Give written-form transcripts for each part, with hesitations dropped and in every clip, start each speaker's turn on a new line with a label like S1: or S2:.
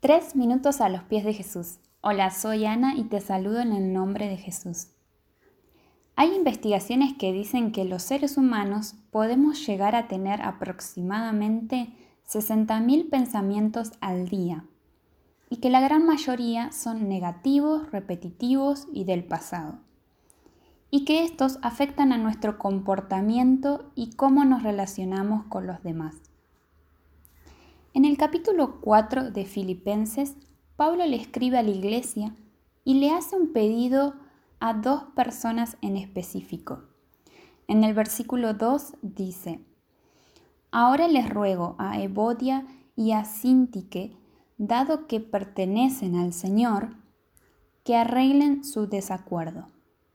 S1: 3 minutos a los pies de Jesús. Hola, soy Ana y te saludo en el nombre de Jesús. Hay investigaciones que dicen que los seres humanos podemos llegar a tener aproximadamente 60.000 pensamientos al día y que la gran mayoría son negativos, repetitivos y del pasado, y que estos afectan a nuestro comportamiento y cómo nos relacionamos con los demás. En el capítulo 4 de Filipenses, Pablo le escribe a la iglesia y le hace un pedido a 2 personas en específico. En el versículo 2 dice: Ahora les ruego a Evodia y a Síntique, dado que pertenecen al Señor, que arreglen su desacuerdo.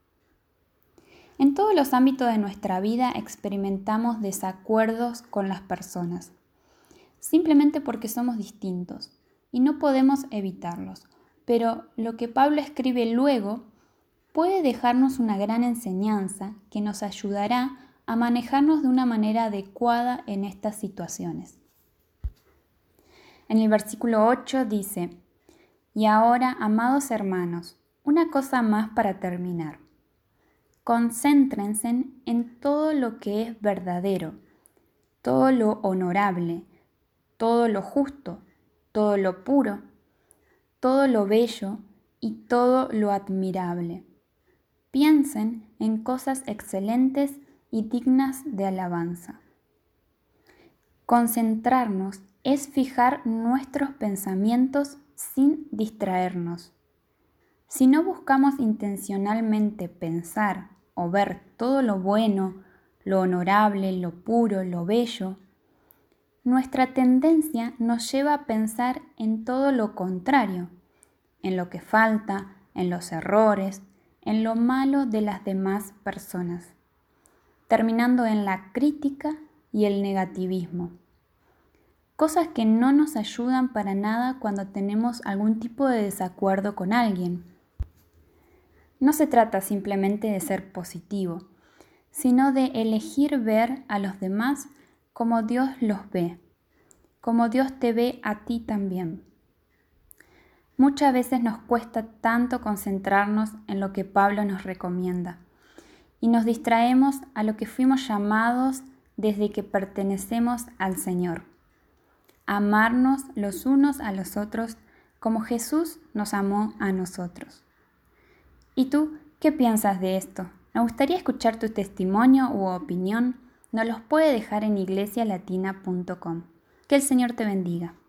S1: En todos los ámbitos de nuestra vida experimentamos desacuerdos con las personas, simplemente porque somos distintos y no podemos evitarlos. Pero lo que Pablo escribe luego puede dejarnos una gran enseñanza que nos ayudará a manejarnos de una manera adecuada en estas situaciones. En el versículo 8 dice: Y ahora, amados hermanos, una cosa más para terminar. Concéntrense en todo lo que es verdadero, todo lo honorable, todo lo justo, todo lo puro, todo lo bello y todo lo admirable. Piensen en cosas excelentes y dignas de alabanza. Concentrarnos es fijar nuestros pensamientos sin distraernos. Si no buscamos intencionalmente pensar o ver todo lo bueno, lo honorable, lo puro, lo bello, nuestra tendencia nos lleva a pensar en todo lo contrario, en lo que falta, en los errores, en lo malo de las demás personas, terminando en la crítica y el negativismo. Cosas que no nos ayudan para nada cuando tenemos algún tipo de desacuerdo con alguien. No se trata simplemente de ser positivo, sino de elegir ver a los demás como Dios los ve, como Dios te ve a ti también. Muchas veces nos cuesta tanto concentrarnos en lo que Pablo nos recomienda y nos distraemos a lo que fuimos llamados desde que pertenecemos al Señor. Amarnos los unos a los otros como Jesús nos amó a nosotros. ¿Y tú qué piensas de esto? Me gustaría escuchar tu testimonio u opinión. Nos los puede dejar en iglesialatina.com. Que el Señor te bendiga.